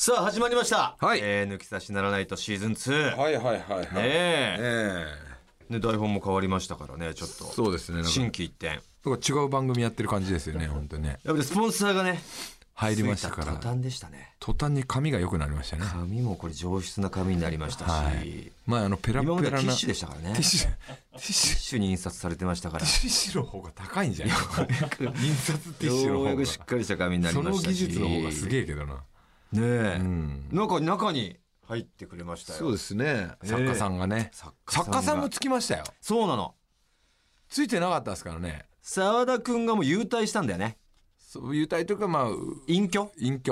さあ始まりました、 はい抜き差しならないとシーズン2。 はいはいはいはい。 ねえね、台本も変わりましたからね、ちょっとそうですね。なんか心機一転。 なんか違う番組やってる感じですよね、本当にね。 やっぱりスポンサーがね入りましたから。 ついた途端でしたね。 途端に髪が良くなりましたね。 髪もこれ上質な髪になりましたし、 はい。まあペラ今まペラな。 でティッシュでしたからね。 ティッシュ。 ティッシュに印刷されてましたから。 ティッシュの方が高いんじゃない印刷ティッシュのようや方が。 くしっかりした髪になりそのましたし。 技術の方がすげえけどな。 ねえ、中に入ってくれましたよ。 そうですね。作家さんがね。作家さんもつきましたよ。 そうなの。 ついてなかったですからね。 澤田くんがもう優退したんだよね。 そういう体というか、まあ、 隠居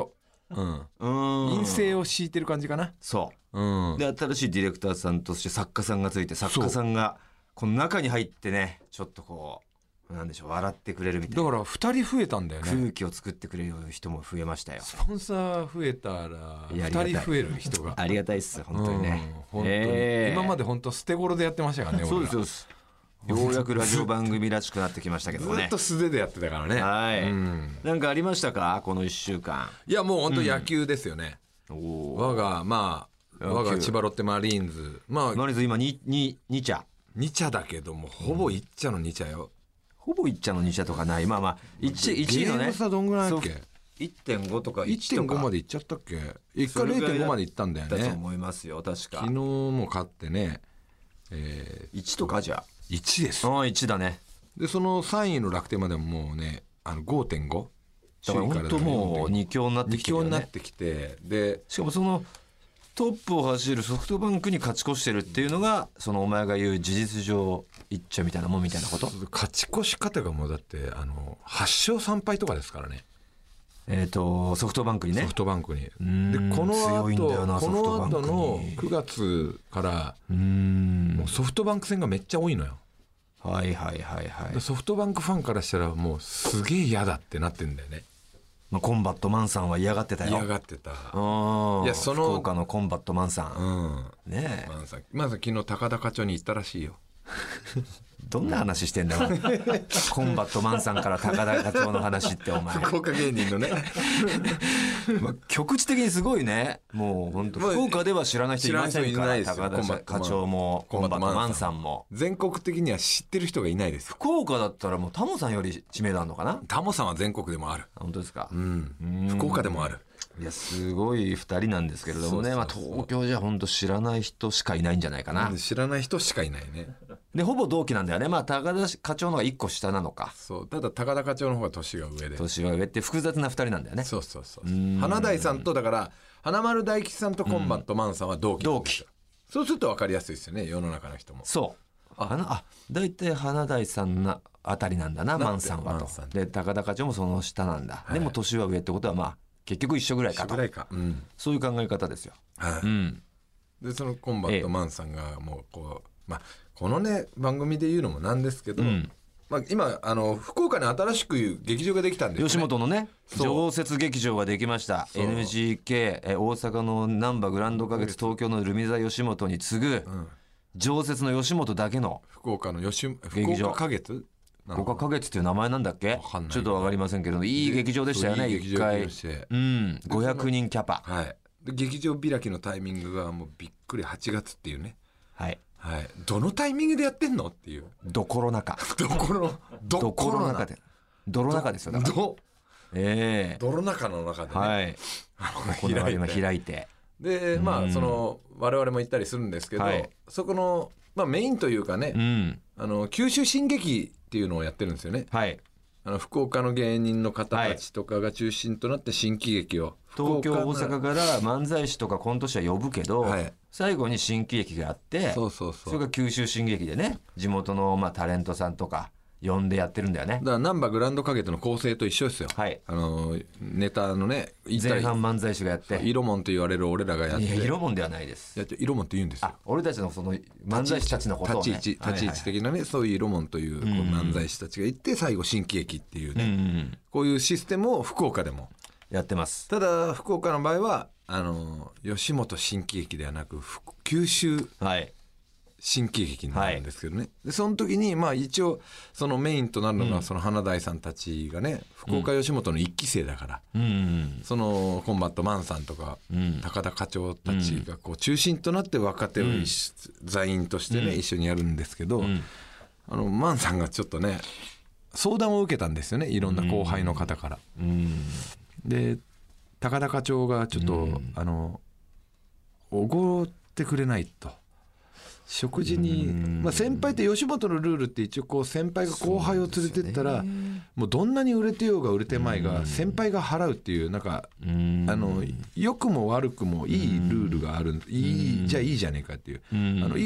陰性を敷いてる感じかな。 そう。 うん。 で、新しいディレクターさんとして作家さんがついて、作家さんが、この中に入ってね、ちょっとこう、なんでしょう、笑ってくれるみたいな。 だから2人増えたんだよね。 空気を作ってくれる人も増えましたよ。 スポンサー増えたら、2人増える人が。 ありがたいっす、本当にね。 本当に。今まで本当捨て頃でやってましたからね、 そうです、そうです。ようやくラジオ番組らしくなってきましたけどね。 ずっと素手でやってたからね。 はい。なんかありましたかこの1週間。 いや、もう本当野球ですよね。我が千葉ロッテマリーンズ。 マリーンズ今2茶。 2茶だけども、ほぼ1茶の2茶よ。 ほぼ1茶の2茶とかない。まあまあ、1位のね。 ゲーム差どんぐらいだっけ 1.5 とか1とか。 1.5 までいっちゃったっけ一回 0.5 までいったんだよね。 だと思いますよ、確か。 昨日も勝ってね。 1とかじゃ。 1です。 1だね。 で、その3位の楽天までももうね、5.5。 だから本当もう2強になってきてるよね。 2強になってきて、で、 しかもそのトップを走るソフトバンクに勝ち越してるっていうのが、そのお前が言う事実上一丁みたいなもんみたいなこと。 勝ち越し方がもうだって、8勝3敗とかですからね。 ソフトバンクにね。 ソフトバンクに。で、この強いんだよな、 後の 9 9月から、もうソフトバンク戦がめっちゃ多いのよ。 はいはいはいはい。 ソフトバンクファンからしたらもうすげえ嫌だってなってんだよね。 まあ、コンバットマンさんは嫌がってたよ。 嫌がってた。いや、福岡のコンバットマンさん。ねえ。 マンさん昨日高田課長に行ったらしいよ。 どんな話してんだよ。コンバットマンさんから高田課長の話ってお前。 福岡芸人のね。 まあ、局地的にすごいね。もう本当福岡では知らない人いませんから。高田課長もコンバットマンさんも。 全国的には知ってる人がいないです。 福岡だったらもうタモさんより知名度あるのかな。 タモさんは全国でもある。 本当ですか。 福岡でもある。 いや、すごい二人なんですけれどもね。まあ、東京じゃ本当知らない人しかいないんじゃないかな。 知らない人しかいないね。 で、ほぼ同期なんだよね。まあ、高田課長の方が一個下なのか。 そう。ただ、高田課長の方が年が上で。 年が上って複雑な二人なんだよね。 そう。花大さんと、だから、花丸大吉さんとコンバットマンさんは同期。 同期。 そうすると分かりやすいですよね、世の中の人も。 そう。だいたい花大さんのあたりなんだな、マンさんはと。で、高田課長もその下なんだ。でも年は上ってことは、まあ、結局一緒ぐらいかと。そういう考え方ですよ。 で、そのコンバットマンさんがもうこう、まあ、このね、番組で言うのもなんですけど、まあ、今、福岡に新しく劇場ができたんですよね。 吉本のね、常設劇場ができました。NGK、大阪の難波グランド花月、東京のルミザ吉本に次ぐ、常設の吉本だけの福岡の福岡花月福岡花月っていう名前なんだっけ？ちょっとわかりませんけど、いい劇場でしたよね、一回。500人キャパ。 はい。で、劇場開きのタイミングがもうびっくり8月っていうね。 はい。 はい。どのタイミングでやってんのっていう。 どころ中。 どころ中で。泥中ですよ、だから。 泥中の中でね。 はい。開いて。 で、まあ、我々も行ったりするんですけど、そこの、まあメインというかね、九州新劇っていうのをやってるんですよね。 はい。 福岡の芸人の方たちとかが中心となって新喜劇を。 東京、大阪から漫才師とかコント師は呼ぶけど、最後に新喜劇があって、それが九州新劇でね、地元のまあタレントさんとか、呼んでやってるんだよね。 だから難波グランド花月の構成と一緒ですよ。 はい。 ネタのね、 前半漫才師がやって。 色もんと言われる俺らがやって。 いや、色もんではないです。 色もんって言うんですよ。 俺たちのその漫才師たちのことを、ね。 立ち位置的なね、そういう色もんという漫才師たちが行って、最後新喜劇っていうね、こういうシステムを福岡でもやってます。 ただ、福岡の場合は、吉本新喜劇ではなく、九州新喜劇になるんですけどね、でその時にまあ一応そのメインとなるのがその華大さんたちがね、福岡吉本の一期生だから、そのコンバットマンさんとか、高田課長たちがこう中心となって若手を座員としてね、一緒にやるんですけど、マンさんがちょっとね相談を受けたんですよね、いろんな後輩の方から。で高田課長がちょっと、おごってくれないと。食事に、まあ、先輩って吉本のルールって一応こう先輩が後輩を連れてったら、もうどんなに売れてようが売れてまいが先輩が払うっていうなんか良くも悪くもいいルールがある、じゃあいいじゃねえかっていう、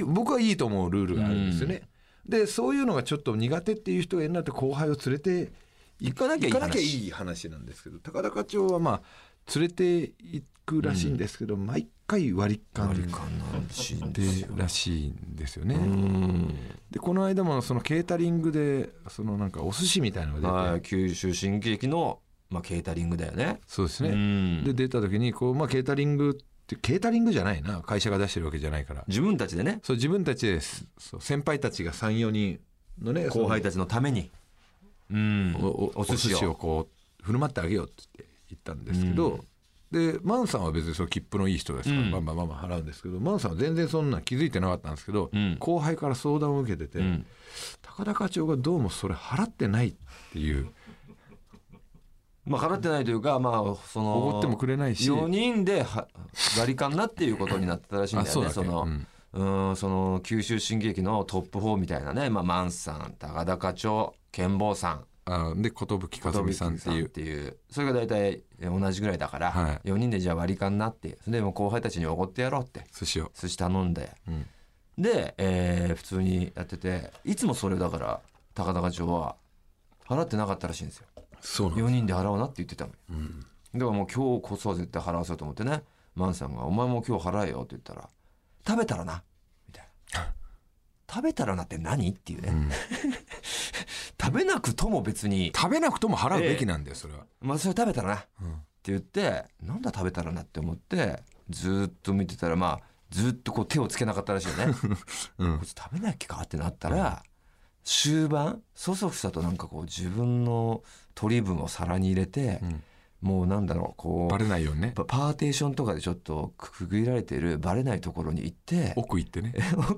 僕はいいと思うルールがあるんですよね。でそういうのがちょっと苦手っていう人がいるなって後輩を連れて行かなきゃいい話なんですけど、高田課長はまあ連れて行くらしいんですけど、毎回割り勘らしいんですよね。でこの間もそのケータリングでそのなんかお寿司みたいなのが出て、 九州新喜劇の、まあ、ケータリングだよね。 そうですね。で出た時にこう、まあ、ケータリングじゃないな、会社が出してるわけじゃないから自分たちでね、 そう自分たちです。そう先輩たちが 3,4 人のね後輩たちのためにお寿司をこう振る舞ってあげようって言ったんですけど、でマンさんは別にその切符のいい人ですから、バンバン払うんですけど、マンさんは全然そんな気づいてなかったんですけど、後輩から相談を受けてて、高田課長がどうもそれ払ってないっていう、 まあ払ってないというか、まあそのおごってもくれないし 4人で割り勘なっていうことになってたらしいんだよね。その九州新喜劇のトップ4みたいなね、まあ、マンさん、高田課長、健坊さんで寿和美さんっていう、 それが大体同じぐらいだから、4人でじゃあ割り勘なって、でも後輩たちにおごってやろうって寿司頼んで、で、普通にやってて、いつもそれだから高田課長は払ってなかったらしいんですよ。 そうなん 4人で払うなって言ってたの、だからもう今日こそは絶対払わせようと思ってね、マンさんがお前も今日払えよって言ったら、食べたらなみたいな食べたらなって何っていうね、食べなくとも別に払うべきなんだよ、それは。 まあそれ食べたらな、って言って、なんだ食べたらなって思ってずっと見てたら、まあずっとこう手をつけなかったらしいよね、こいつ食べなきゃかってなったら、終盤そそくさとなんかこう自分の取り分を皿に入れて、もうなんだろう、こうバレないようにね、 パーテーションとかでちょっとくぐられているバレないところに行って、 奥行って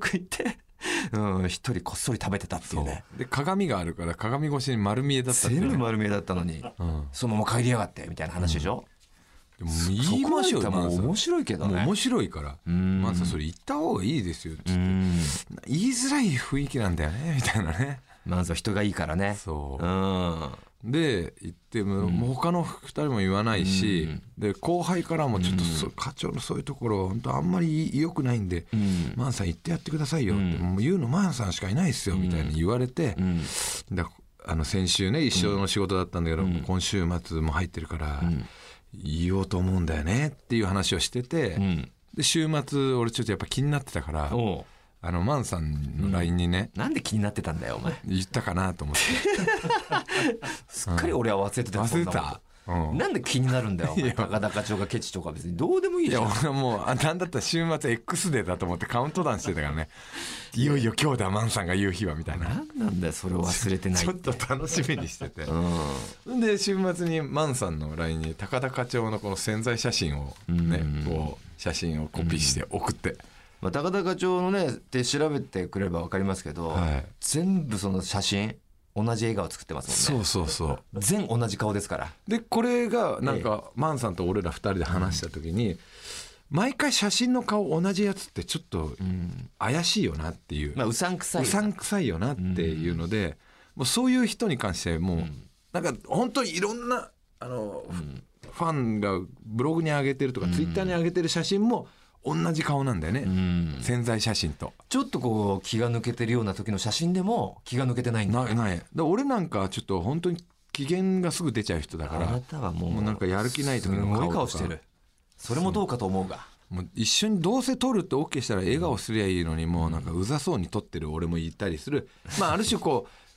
一人こっそり食べてたっていうね。 で鏡があるから鏡越しに丸見えだったって、 全部丸見えだったのに、そのまま帰りやがってみたいな話でしょ、 でも言いましょうよ、 もう面白いけどね、 もう面白いから、まずそれ言った方がいいですよって言いづらい雰囲気なんだよねみたいなね。 まずは人がいいからね。 で言ってもう他の2人も言わないし、で後輩からもちょっと課長のそういうところ本当あんまり良くないんで、マンさん言ってやってくださいよって、もう言うのマンさんしかいないですよみたいに言われて、先週ね一緒の仕事だったんだけど、今週末も入ってるから言おうと思うんだよねっていう話をしてて、で週末俺ちょっとやっぱ気になってたから、マンさんの LINE にね、 なんで気になってたんだよお前。 言ったかなと思ってすっかり俺は忘れてた。 忘れた。 なんで気になるんだよ高田課長がケチとか別にどうでもいいじゃん。 いや俺もうなんだったら週末 X デーだと思ってカウントダウンしてたからね、いよいよ今日だマンさんが言う日はみたいな。 なんだよそれを忘れてないってちょっと楽しみにしてて、で週末にマンさんの LINE に高田課長のこの宣材写真をね、こう写真をコピーして送って、 まあ、高田課長のねって調べてくれば分かりますけど、全部その写真同じ笑顔作ってますもんね。そう全同じ顔ですから。 でこれがなんか、マンさんと俺ら2人で話した時に、毎回写真の顔同じやつってちょっと怪しいよなっていう、 うさんくさいよなっていうので、もうそういう人に関してもうなんか本当にいろんなファンがブログに上げてるとかツイッターに上げてる写真も同じ顔なんだよね、宣材写真と。 ちょっとこう気が抜けてるような時の写真でも気が抜けてないんだよ。 ないで俺なんかちょっと本当に機嫌がすぐ出ちゃう人だから、 あなたはもうなんかやる気ない時の顔とかすごい顔してる。それもどうかと思うが、 もう一緒にどうせ撮るって OK したら笑顔すりゃいいのに、もうなんかうざそうに撮ってる俺もいたりする、まあある種こう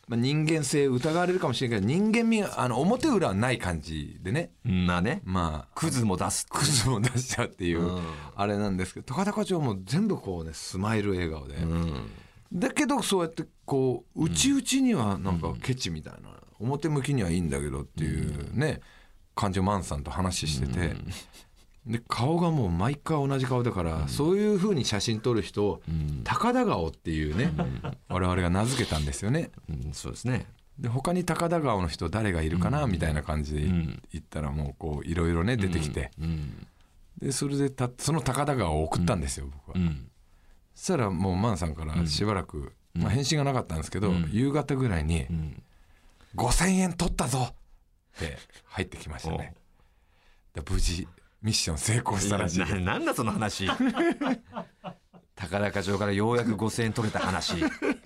まあ、人間性疑われるかもしれないけど人間味が表裏はない感じでね、 まあね、 まあクズも出すクズも出しちゃうっていう、あれなんですけど、高田課長も全部こうねスマイル笑顔で、だけどそうやってこう内々にはなんかケチみたいな、表向きにはいいんだけどっていうね感じをマンさんと話してて、で顔がもう毎回同じ顔だから、そういう風に写真撮る人を高田顔っていうね、我々が名付けたんですよね。 そうですね。 で他に高田顔の人誰がいるかなみたいな感じで言ったら、もうこういろいろね出てきて、でそれでその高田顔を送ったんですよ、僕は。そしたらもうマンさんからしばらく、まあ、返信がなかったんですけど、夕方ぐらいに5000円取ったぞって入ってきましたね。で無事ミッション成功したらしい。 なんだその話。高田課長からようやく5000円取れた話。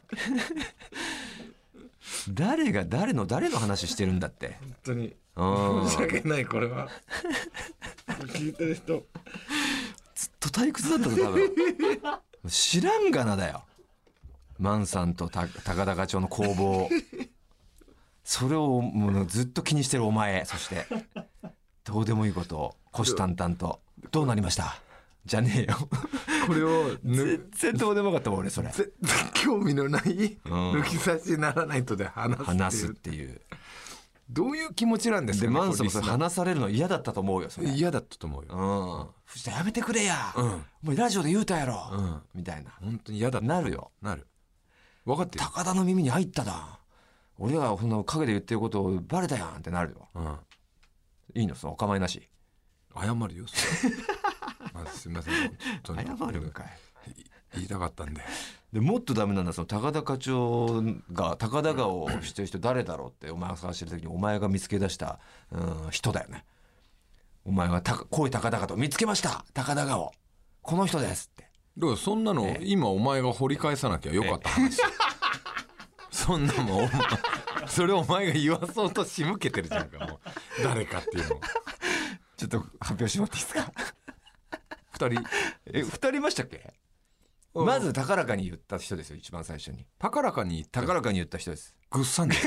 誰が誰の話してるんだって。 本当に申し訳ない、これは。聞いてる人ずっと退屈だったぞ多分。知らんがなだよ、マンさんと高田課長の攻防。それをもうずっと気にしてるお前、そしてどうでもいいことを虎視眈々とどうなりましたじゃねえよ。 これを全然どうでもよかったもん俺それ。 全然興味のない抜き差しならないとで話すっていう。どういう気持ちなんですかね。 でマンさんもそれ話されるの嫌だったと思うよ。それ嫌だったと思うよ。 藤田やめてくれや、もうラジオで言うたやろ、みたいな。 本当に嫌だった。 なるよ。 なる。分かってる。 高田の耳に入っただ。俺がこんな陰で言ってることをバレたやんってなるよ。いいの、そうお構いなし。 謝るよ。すみません。 謝るんかい。 言いたかったんで。 でもっとダメなんだ、その高田課長が高田顔をしてる人誰だろうってお前が探してる時にお前が見つけ出した、人だよね。お前が声高々と見つけました高田顔この人ですって。 だからそんなの今お前が掘り返さなきゃよかった話。そんなもんそれお前が言わそうと仕向けてるじゃんか、もう誰かっていうのを。 ちょっと発表してもらっていいですか。 2人 2人いましたっけ。まず高らかに言った人ですよ、一番最初に。 高らかに言った人です。 ぐっさんです。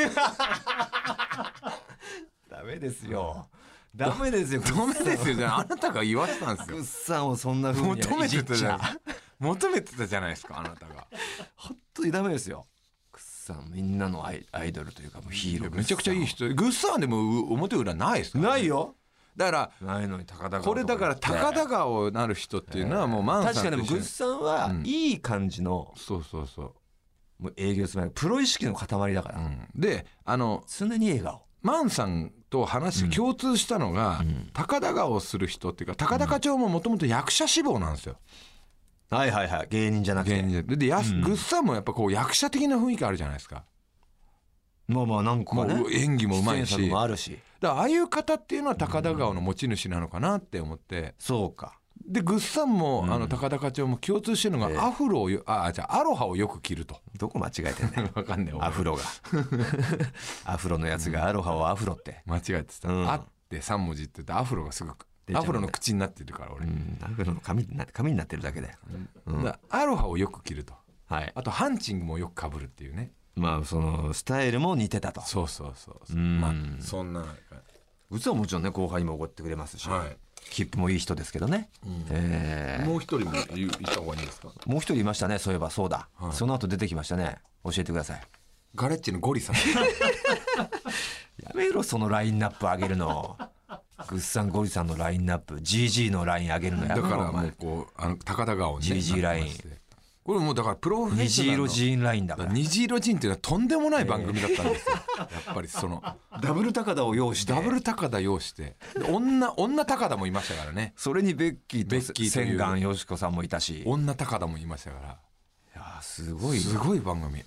ダメですよ。ダメですよ。 ダメですよ。じゃああなたが言わせたんですよ。 ぐっさんをそんな風に求めてたじゃない。求めてたじゃないですか、あなたが。 本当にダメですよ。ぐっさんみんなのアイドルというかもうヒーロー。 めちゃくちゃいい人。ぐっさんでも表裏ないですからね。 ないよ。 だからないのに高田川これだから高田顔なる人っていうのはもうマンさんと確かにグッさんはいい感じの、 そうそうそうもう営業するプロ意識の塊だから、 で常に笑顔。 マンさんと話して共通したのが、高田顔をする人っていうか高田課長ももともと役者志望なんですよ。 はいはいはい、芸人じゃなくて。 芸人でグッさんもやっぱこう役者的な雰囲気あるじゃないですか。 まあまあ何個かね、 演技もうまいし、 出演作もあるし、 だからああいう方っていうのは高田顔の持ち主なのかなって思って、 そうか。 でグッさんも高田課長も共通してるのがアフロをアロハをよく着ると。 どこ間違えてんねん。 分かんねえ。 アフロがアフロのやつがアロハをアフロって間違えてた、あって3文字って言ってアフロがすぐアフロの口になってるから俺、 アフロの髪になってるだけで、 アロハをよく着ると、 はい、 あとハンチングもよく被るっていうね。 まあそのスタイルも似てたと。 そうそうそう、まあそんなうはもちろんね後輩にもおごってくれますし、切符もいい人ですけどね、 もう一人も言った方がいいですか。 もう一人いましたね、そういえば。そうだ、その後出てきましたね。教えてください。 ガレッジのゴリさん。 やめろそのラインナップ上げるの。グッさんゴリさんのラインナップ GG のライン上げるのやめろ。 だからもうこう高田顔ね GG ライン、 これもうだからプロフェッショナルの虹色ジーンラインだから。 虹色ジーンっていうのはとんでもない番組だったんですよ、やっぱりそのダブル高田を用意して、 ダブル高田用意して女高田もいましたからね。 それにベッキーと千願よしこさんもいたし、 女高田もいましたから、 いやすごい番組。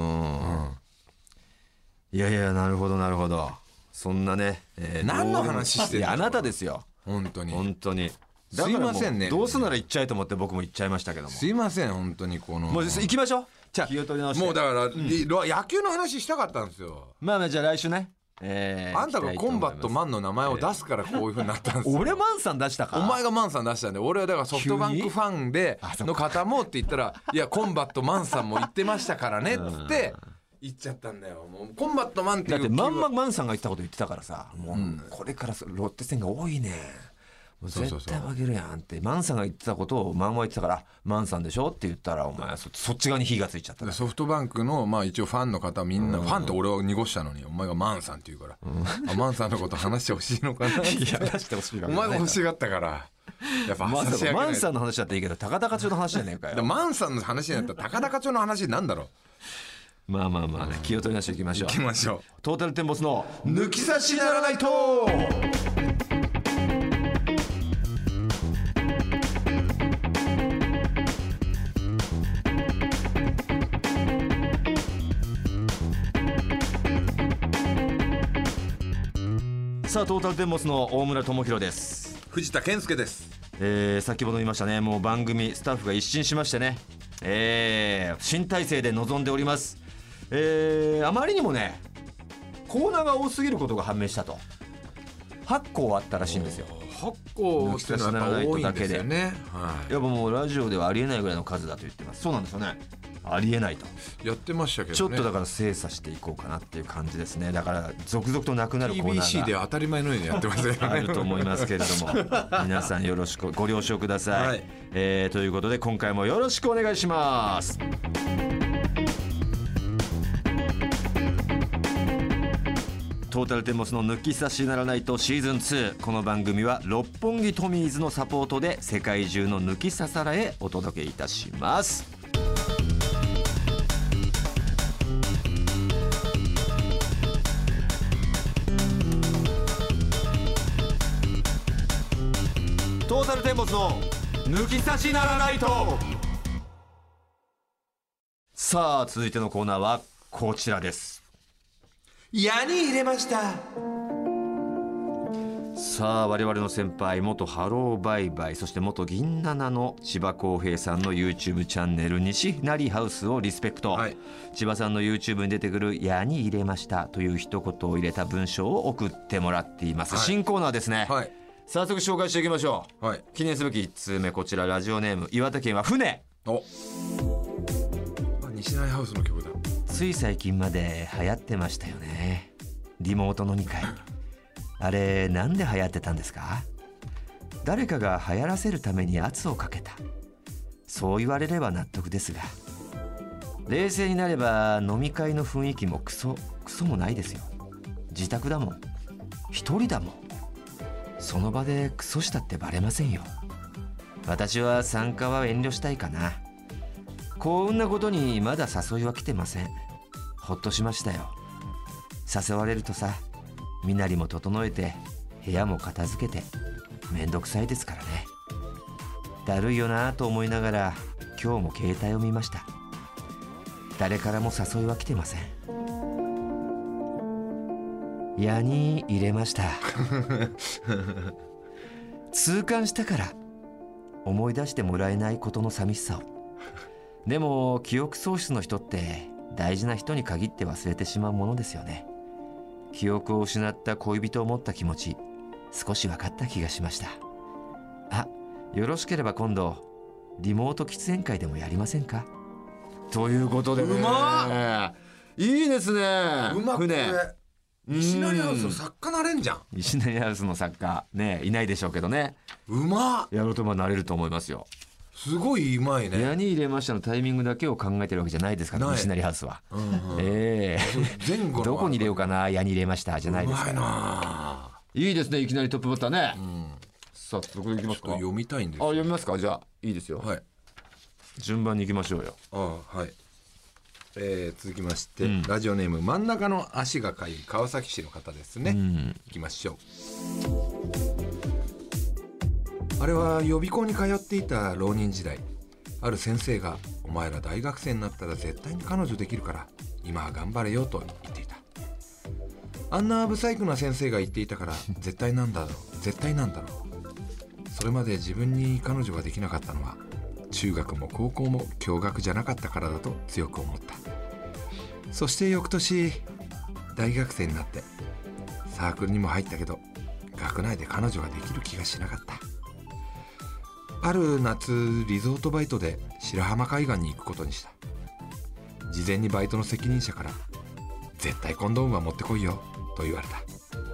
いやいや、なるほどなるほど。そんなね、 何の話してるんですか。 あなたですよ本当に本当に。 すいませんね。 どうすんなら行っちゃえと思って僕も行っちゃいましたけども。 すいません本当にもう行きましょう。じゃあもうだから、野球の話したかったんですよ。 まあじゃあ来週ね、 あんたがコンバットマンの名前を出すからこういう風になったんですよ。 俺マンさん出したか。 お前がマンさん出したんで、俺はだからソフトバンクファンでの方もって言ったら、いやコンバットマンさんも言ってましたからねっつって言っちゃったんだよ。もうコンバットマンっていうだってまんまマンさんが言ったこと言ってたからさ、もうこれからロッテ戦が多いね、もう絶対負けるやんってマンさんが言ってたことをマンは言ってたから、マンさんでしょって言ったらお前そっち側に火がついちゃった。 ソフトバンクのまあ一応ファンの方みんな、ファンって俺を濁したのにお前がマンさんって言うから、マンさんのこと話してほしいのかなっていや話してほしいわおけじゃない前が欲しがったからやっぱマ差し上げないンさんの話だっていいけど高田課長の話じゃねえかよ。 マンさんの話になったら高田課長の話なんだろう。 まあまあまあ、気を取り直していきましょう。 行きましょう。 トータルテンボスの抜き差しならないと。さあトータルテンボスの大村智弘です。 藤田健介です。 先ほど言いましたね、もう番組スタッフが一新しましてね、新体制で臨んでおります。あまりにもねコーナーが多すぎることが判明したと。8個あったらしいんですよ。 8個ってのはやっぱ多いんですよね。 いやもうラジオではありえないぐらいの数だと言ってます。そうなんですよね、ありえないとやってましたけどね。 ちょっとだから精査していこうかなっていう感じですね。だから続々となくなるコーナーが TBC では当たり前のようにやってますよねあると思いますけれども皆さんよろしくご了承ください、 はいということで今回もよろしくお願いします。トータルテンボスの抜き差しならないとシーズン2。この番組は六本木トミーズのサポートで世界中の抜き差さらへお届けいたします。トータルテンボスの抜き差しならないと。さあ続いてのコーナーはこちらです。 矢に入れました。 さあ我々の先輩元ハローバイバイそして元銀七の千葉公平さんの YouTube チャンネル西成ハウスをリスペクト、はい、千葉さんの YouTube に出てくる矢に入れましたという一言を入れた文章を送ってもらっています、はい、新コーナーですね、はい、早速紹介していきましょう、はい、記念すべき1通目、こちらラジオネーム岩手県は船。 お西成ハウスの曲だ。 つい最近まで流行ってましたよね、リモート飲み会あれなんで流行ってたんですか？誰かが流行らせるために圧をかけた、そう言われれば納得ですが、冷静になれば飲み会の雰囲気もクソもないですよ。自宅だもん、一人だもん、その場でクソしたってバレませんよ。私は参加は遠慮したいかな。幸運なことにまだ誘いは来てません。ほっとしましたよ。誘われるとさ、身なりも整えて部屋も片付けてめんどくさいですからね。だるいよなと思いながら今日も携帯を見ました。誰からも誘いは来てません。矢に入れました痛感したから思い出してもらえないことの寂しさを。でも記憶喪失の人って大事な人に限って忘れてしまうものですよね。記憶を失った恋人を持った気持ち、少し分かった気がしました。あ、よろしければ今度リモート喫煙会でもやりませんか、ということでね。 うまっ、 いいですね。 うまくね。西成ハウスの作家なれんじゃん。 西成ハウスの作家ね、いないでしょうけどね。 うまっ、やるとなれると思いますよ。 すごいうまいね。 矢に入れましたのタイミングだけを考えてるわけじゃないですから西成ハウスは、前後どこに入れようかな、矢に入れましたじゃないですか。うまいな。いいですね、いきなりトップバッターね、さあそこでいきますか。 読みたいんですよ。 読みますか。じゃあいいですよ、はい、順番にいきましょうよ。 はい、続きまして、ラジオネーム真ん中の足がかゆい川崎市の方ですね、いきましょう。あれは予備校に通っていた浪人時代、ある先生がお前ら大学生になったら絶対に彼女できるから今は頑張れよと言っていた。あんなブサイクな先生が言っていたから絶対なんだろう。それまで自分に彼女ができなかったのは中学も高校も共学じゃなかったからだと強く思った。そして翌年大学生になってサークルにも入ったけど学内で彼女ができる気がしなかった。ある夏リゾートバイトで白浜海岸に行くことにした。事前にバイトの責任者から絶対コンドームは持ってこいよと言われた。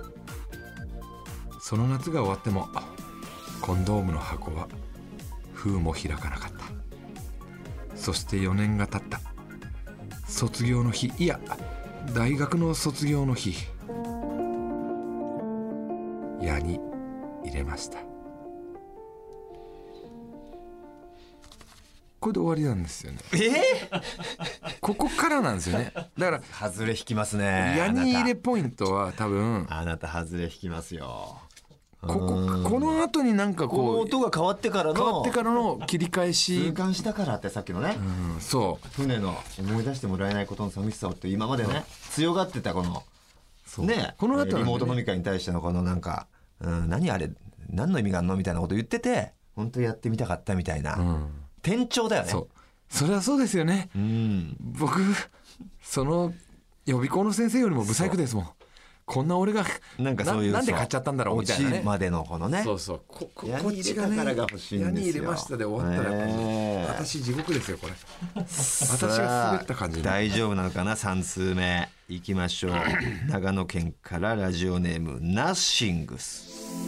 その夏が終わってもコンドームの箱は封も開かなかった。そして4年が経った。卒業の日、いや大学の卒業の日、矢に入れました。これで終わりなんですよね。ここからなんですよね。だから外れ引きますね。 矢に入れポイントは多分あなた外れ引きますよ。 この後になんかこのこう音が変わってからの切り返し、 痛感したからってさっきのね、 そう船の思い出してもらえないことの寂しさをって今までね強がってたこのね、 この後なんでねリモート飲み会に対してのこのなんか、何あれ何の意味があんのみたいなこと言ってて、本当やってみたかったみたいな、転調だよね。 それはそうですよね。僕その予備校の先生よりもブサイクですもん。こんな俺がなんかそういうなんで買っちゃったんだろうみたいなね。 落ちまでのこのね。 こっちがね、矢に入れましたで終わったら私地獄ですよこれ。私が滑った感じ。 大丈夫なのかな。3通目いきましょう。長野県からラジオネームナッシングス。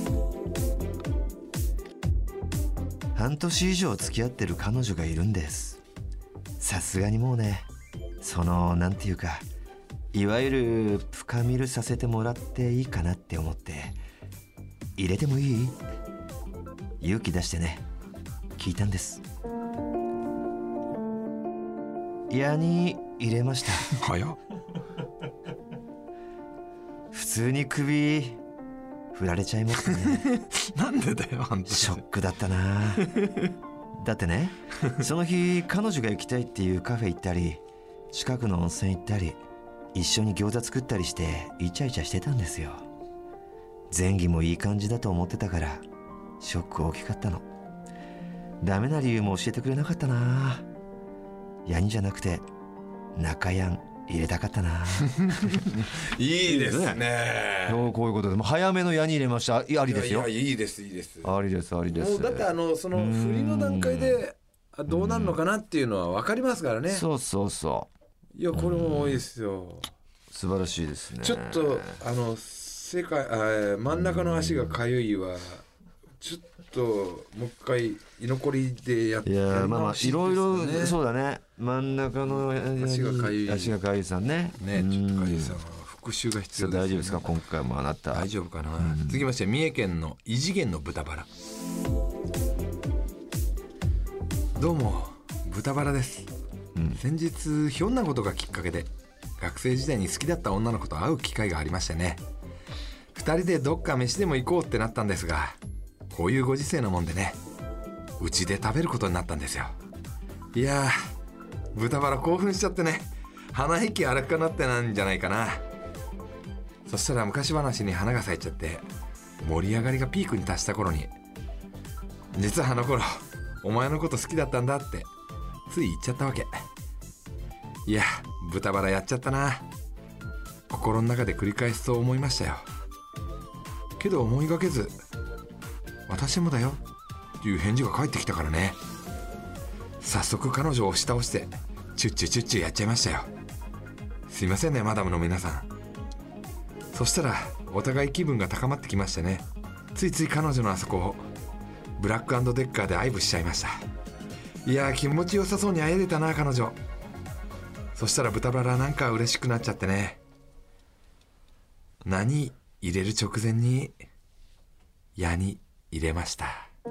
半年以上付き合ってる彼女がいるんです。さすがにもうね、そのなんていうか、いわゆる深見るさせてもらっていいかなって思って、入れてもいい？勇気出してね聞いたんです。矢に入れました。 早っ。 普通に首振られちゃいましたね。 なんでだよ、 ショックだったな。だってね、その日彼女が行きたいっていうカフェ行ったり、近くの温泉行ったり、一緒に餃子作ったりしてイチャイチャしてたんですよ。前儀もいい感じだと思ってたからショック大きかったの。ダメな理由も教えてくれなかったな。ヤニじゃなくて中ヤン入れたかったな。 いいですね。 こういうことでも早めの矢に入れました。ありですよ。 いいです。 ありです。 もうだってその振りの段階でどうなるのかなっていうのは分かりますからね。 そういやこれも多いですよ。 素晴らしいですね。 ちょっと真ん中の足がかゆいはちょっともう一回居残りでやって。 いやまあいろいろそうだね。真ん中の足がかゆいさんね。 ちょっとかゆいさんは復習が必要です、ね。 大丈夫ですか今回もあなた。 大丈夫かな。続きまして三重県の異次元の豚バラ。どうも豚バラです。先日ひょんなことがきっかけで学生時代に好きだった女の子と会う機会がありましてね。2人でどっか飯でも行こうってなったんですが、こういうご時世のもんでね、うちで食べることになったんですよ。いやー豚バラ興奮しちゃってね、鼻息荒くかなってなんじゃないかな。そしたら昔話に花が咲いちゃって盛り上がりがピークに達した頃に、実はあの頃お前のこと好きだったんだってつい言っちゃったわけ。いや豚バラやっちゃったな。心の中で繰り返すと思いましたよ。けど思いがけず私もだよっていう返事が返ってきたからね。早速彼女を押し倒してチュッチュやっちゃいましたよ。すいませんねマダムの皆さん。そしたらお互い気分が高まってきましてね、ついつい彼女のあそこをブラック&デッカーで愛撫しちゃいました。いや気持ちよさそうにあえれたな彼女。そしたら豚バラなんか嬉しくなっちゃってね、何入れる直前に矢に入れました。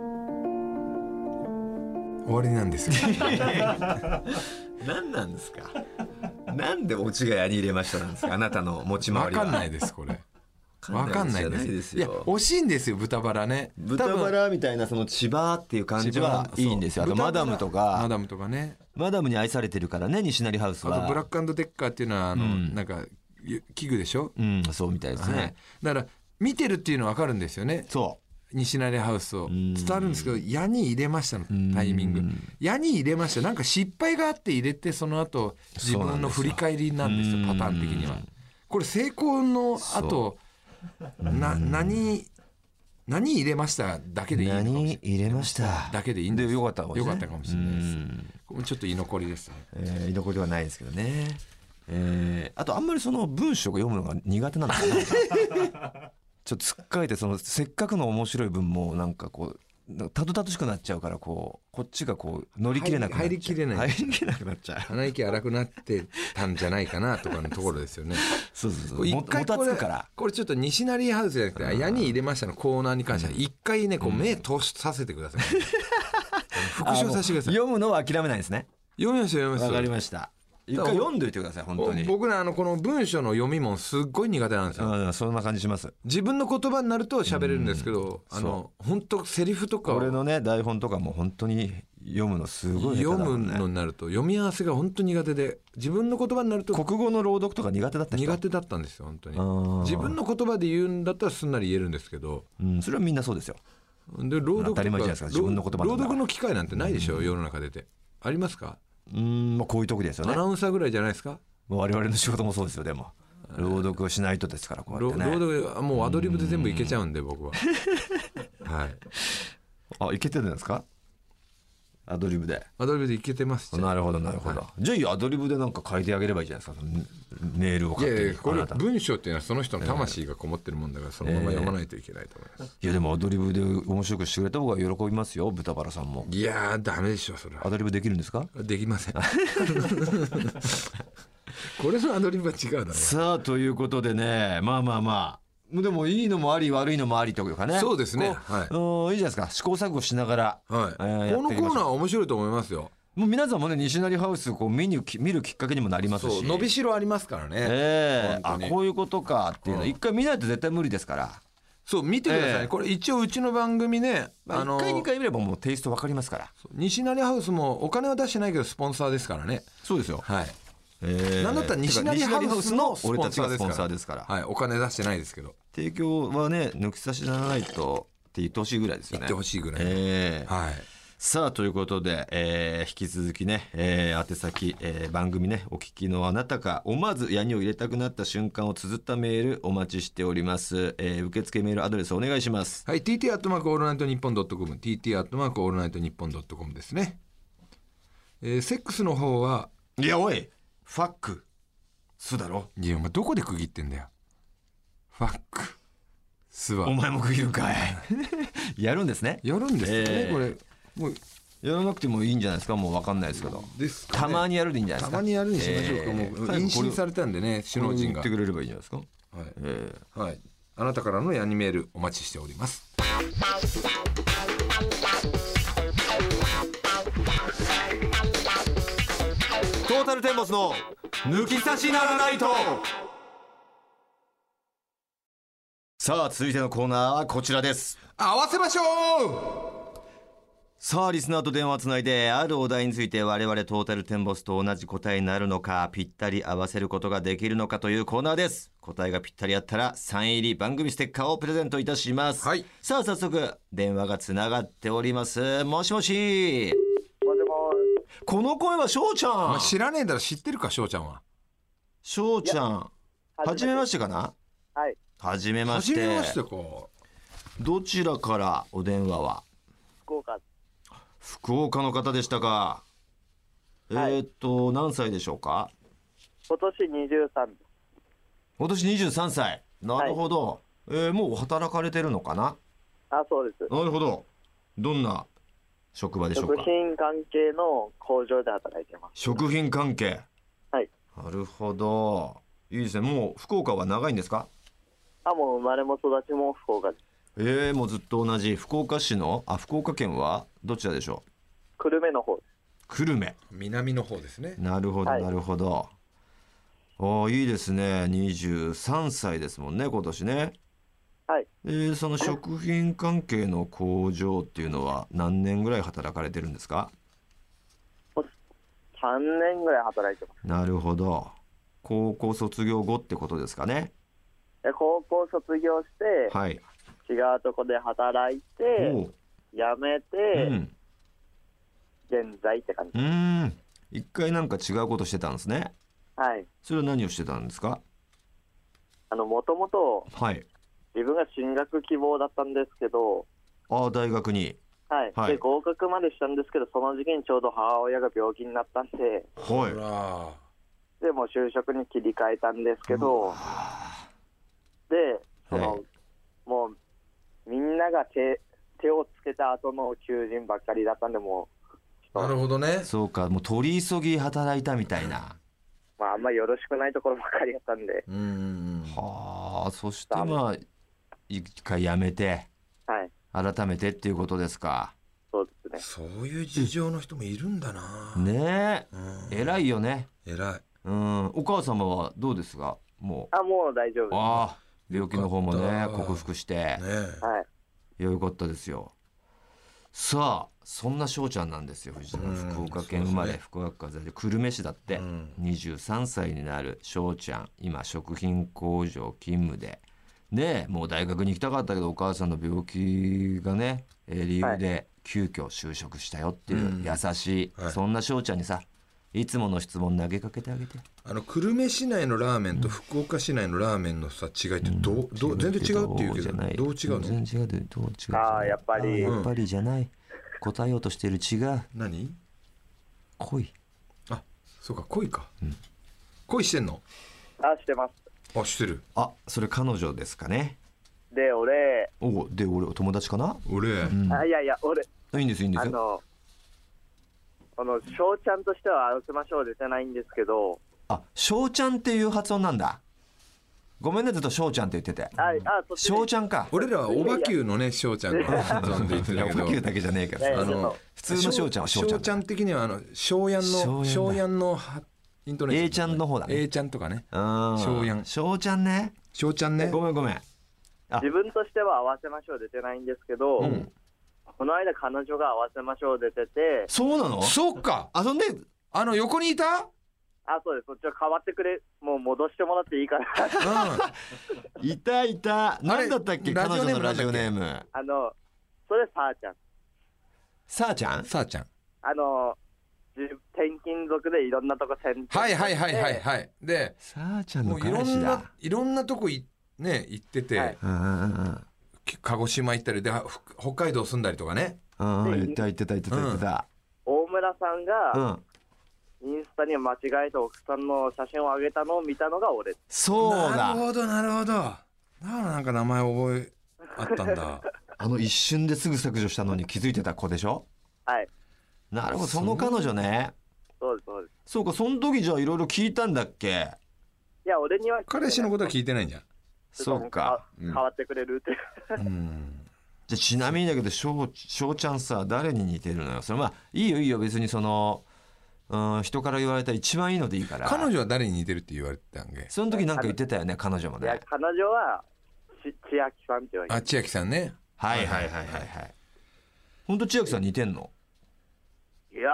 終わりなんですよ。 何なんですか。なんでオチが矢に入れましたなんですか。あなたの持ち回りは。 分かんないですこれ。分かんないですよ。 いや惜しいんですよ豚バラね。 豚バラみたいなその千葉っていう感じはいいんですよ。あとマダムとかね。 マダムに愛されてるからね西成ハウスは。 あとブラック&デッカーっていうのはなんか器具でしょ。 そうみたいですね。 だから見てるっていうのは分かるんですよね。そう西成ハウスを伝わるんですけど、矢に入れましたのタイミング、矢に入れました。なんか失敗があって入れてその後自分の振り返りなんですよパターン的には。これ成功の後何入れましただけでいいのかもしれない。 何入れましただけでいいんです。 よかったかもしれないです。ちょっと居残りですね。 居残りはないですけどね。 あとあんまりその文章が読むのが苦手なのかなちょっとつっかえてせっかくの面白い文もなんかこうたどたどしくなっちゃうからこっちがこう乗り切れなくなっちゃう入りきれない入りきれなくなっちゃう鼻息荒くなってたんじゃないかなとかのところですよね。 そうそうそうこれ一もた回これつくからこれちょっと西成ハウスじゃなくて矢に入れましたのコーナーに関しては一回ねこう目通させてください、復習させてください。 読むのは諦めないんですね。 読みました読みました。 わかりました。一回読んでおいてください本当に。 僕ねこの文章の読みもすっごい苦手なんですよ。 そんな感じします。 自分の言葉になると喋れるんですけど、本当セリフとか俺のね台本とかも本当に読むのすごい下手だもんね。 読むのになると読み合わせが本当苦手で、自分の言葉になると国語の朗読とか苦手だった人。 苦手だったんですよ本当に。自分の言葉で言うんだったらすんなり言えるんですけど、 それはみんなそうですよ。 で朗読とか当たり前じゃないですか自分の言葉朗読の機会なんてないでしょ、世の中でてありますか？ まあこういう時ですよね。 アナウンサーぐらいじゃないですか。 我々の仕事もそうですよ。でも朗読をしないとですからこうやってね。 朗読はもうアドリブで全部いけちゃうんで僕ははい。 いけてるんですか？アドリブで。 アドリブでいけてます。 なるほどなるほど、じゃあいいアドリブでなんか書いてあげればいいじゃないですか。メールを書いて。 いやこれ文章っていうのはその人の魂がこもってるもんだからそのまま読まないといけないと思います、 いやでもアドリブで面白くしてくれた方が喜びますよ。豚バラさんも。 いやーダメでしょそれは。 アドリブできるんですか？ できませんこれのアドリブは違うだろう。 さあということでね、まあでもいいのもあり悪いのもありというかね。 そうですね、 いいじゃないですか。試行錯誤しながら、 はいこのコーナーは面白いと思いますよ。 もう皆さんもね西成ハウスこう見るきっかけにもなりますし、 伸びしろありますからね、 こういうことかっていうの一回見ないと絶対無理ですから。 そう見てください、これ一応うちの番組ね、 1回2回見ればもうテイスト分かりますから。 西成ハウスもお金は出してないけどスポンサーですからね。 そうですよ。 はい。なんだったら西成ハウスのスポンサーですから。はい、お金出してないですけど。 提供はね抜き差しならないとって言ってほしいぐらいですよね。 言ってほしいぐらい。はい。 さあということで、引き続きね、宛先、番組ねお聞きのあなたが思わずヤニを入れたくなった瞬間を綴ったメールお待ちしております、受付メールアドレスお願いします。 はい、TT アットマークオールナイトニッポンドットコム TT アットマークオールナイトニッポンドットコムですね。セックスの方はいやおいファックスだろ。 いやお前どこで区切ってんだよ。ファックスはお前も区切るかいやるんですね。 やるんですよね、これもうやらなくてもいいんじゃないですか。もう分かんないですけどですか、ね、 たまにやるでいいんじゃないですか。 たまにやるにしましょうか、もう妊娠されたんでね首脳陣が言ってくれればいいんじゃないですか。 はい、あなたからのヤニメールお待ちしております。 トータルテンボスの抜き差しならないと。さあ続いてのコーナーはこちらです。 合わせましょう。 さあリスナーと電話をつないであるお題について我々トータルテンボスと同じ答えになるのかぴったり合わせることができるのかというコーナーです。答えがぴったりあったらサイン入り番組ステッカーをプレゼントいたします、 はい、 さあ早速電話がつながっております。もしもし。この声は翔ちゃん。 お前知らねえだろ。知ってるか翔ちゃんは。 翔ちゃんはじめましてかな。 はい、 はじめまして。 はじめましてか。 どちらからお電話は。福岡の方でしたか。はい、何歳でしょうか。 今年23です。 今年23歳。なるほど、はい、もう働かれてるのかな。 そうです。 なるほど。どんな職場でしょうか。 食品関係の工場で働いてます。 食品関係。 はい。 なるほど。いいですね。もう福岡は長いんですか。 もう生まれも育ちも福岡です。 もうずっと同じ福岡市の福岡県はどちらでしょう。 久留米の方です。 久留米。 南の方ですね。 なるほど、はい、なるほど。いいですね。23歳ですもんね今年ね。 はい。 その食品関係の工場っていうのは何年ぐらい働かれてるんですか。 3年ぐらい働いてます。 なるほど。高校卒業後ってことですかね。 高校卒業して、 はい、 違うとこで働いて辞めて、現在って感じ。 一回なんか違うことしてたんですね。 はい。 それは何をしてたんですか。 もともと自分が進学希望だったんですけど、 大学に。 はい、はい、で合格までしたんですけど、その時期にちょうど母親が病気になったんで、 はい、 でもう就職に切り替えたんですけど、でもうみんなが手をつけた後の求人ばっかりだったんで、もうなるほどね。 そうか、もう取り急ぎ働いたみたいな。 まああんまりよろしくないところばっかりだったんで、 はあ、そしてまあ一回辞めて、 はい、 改めてっていうことですか。 そうですね。 そういう事情の人もいるんだな。 ねえ、偉いよね。 偉い。 お母様はどうですか？もうもう大丈夫です。 ああ、病気の方もねよかった克服して、 ね。 はい。 よかったですよ。さあ、そんな翔ちゃんなんですよ。藤田福岡県生まれ、福岡在住、久留米市だって、23歳になる翔ちゃん、今食品工場勤務で、もう大学に行きたかったけどお母さんの病気がね、理由で急遽就職したよっていう優しい、そんな翔ちゃんにさ、いつもの質問投げかけてあげて。 久留米市内のラーメンと福岡市内のラーメンのさ違いって全然違うっていうけど、どう違うの？ 全然違うで、どう違う？ やっぱりじゃない。答えようとしてる違う。 何？ 恋。 あ、そうか、恋か。恋してんの？ してます。 してる。 それ彼女ですかね。 で俺友達かな。 いや俺いいんですよ。 翔ちゃんとしては合わせましょう出てないんですけど、 翔ちゃんっていう発音なんだ。ごめんね、ずっと翔ちゃんって言ってて。翔ちゃんか。 俺らはオバキューのね翔ちゃんが発音で言ってたけど、 オバキューだけじゃねえから普通の翔ちゃんは翔ちゃん。 翔ちゃん的には翔やんのイントネーション A ちゃんの方だね。 A ちゃんとかね。 翔ちゃんね。 翔ちゃんね。 ごめん。 自分としては合わせましょう出てないんですけど、この間彼女が合わせましょう出てて。 そうなの？ そうか。 遊んで横にいた？ そうです。そっちは変わってくれ、もう戻してもらっていいから。 いた。何だったっけ？彼女のラジオネーム。 それさあちゃん。 さあちゃん？ さあちゃん。 転勤族でいろんなとこ転々 はい。で、 さあちゃんの彼氏だ。 いろんなとこ行ってて、鹿児島行ったりで北海道住んだりとかね。 言ってた。 大村さんがインスタに間違えた奥さんの写真を上げたのを見たのが俺。 そうだ。 なるほど。なんか名前覚えあったんだ。 一瞬ですぐ削除したのに気づいてた子でしょ？ はい。 なるほど、その彼女ね。 そうです。 そうか、その時じゃあいろいろ聞いたんだっけ？ いや、俺には彼氏のことは聞いてないんじゃん。 そうか。 変わってくれるって。 じゃあちなみにだけど翔ちゃんさ、誰に似てるのよ？それいいよ別に人から言われた一番いいのでいいから。 彼女は誰に似てるって言われてたんけ？ その時なんか言ってたよね、彼女もね。 いや、彼女は千秋さんって言われて。 千秋さんね。 はい。本当千秋さん似てんの？ いや、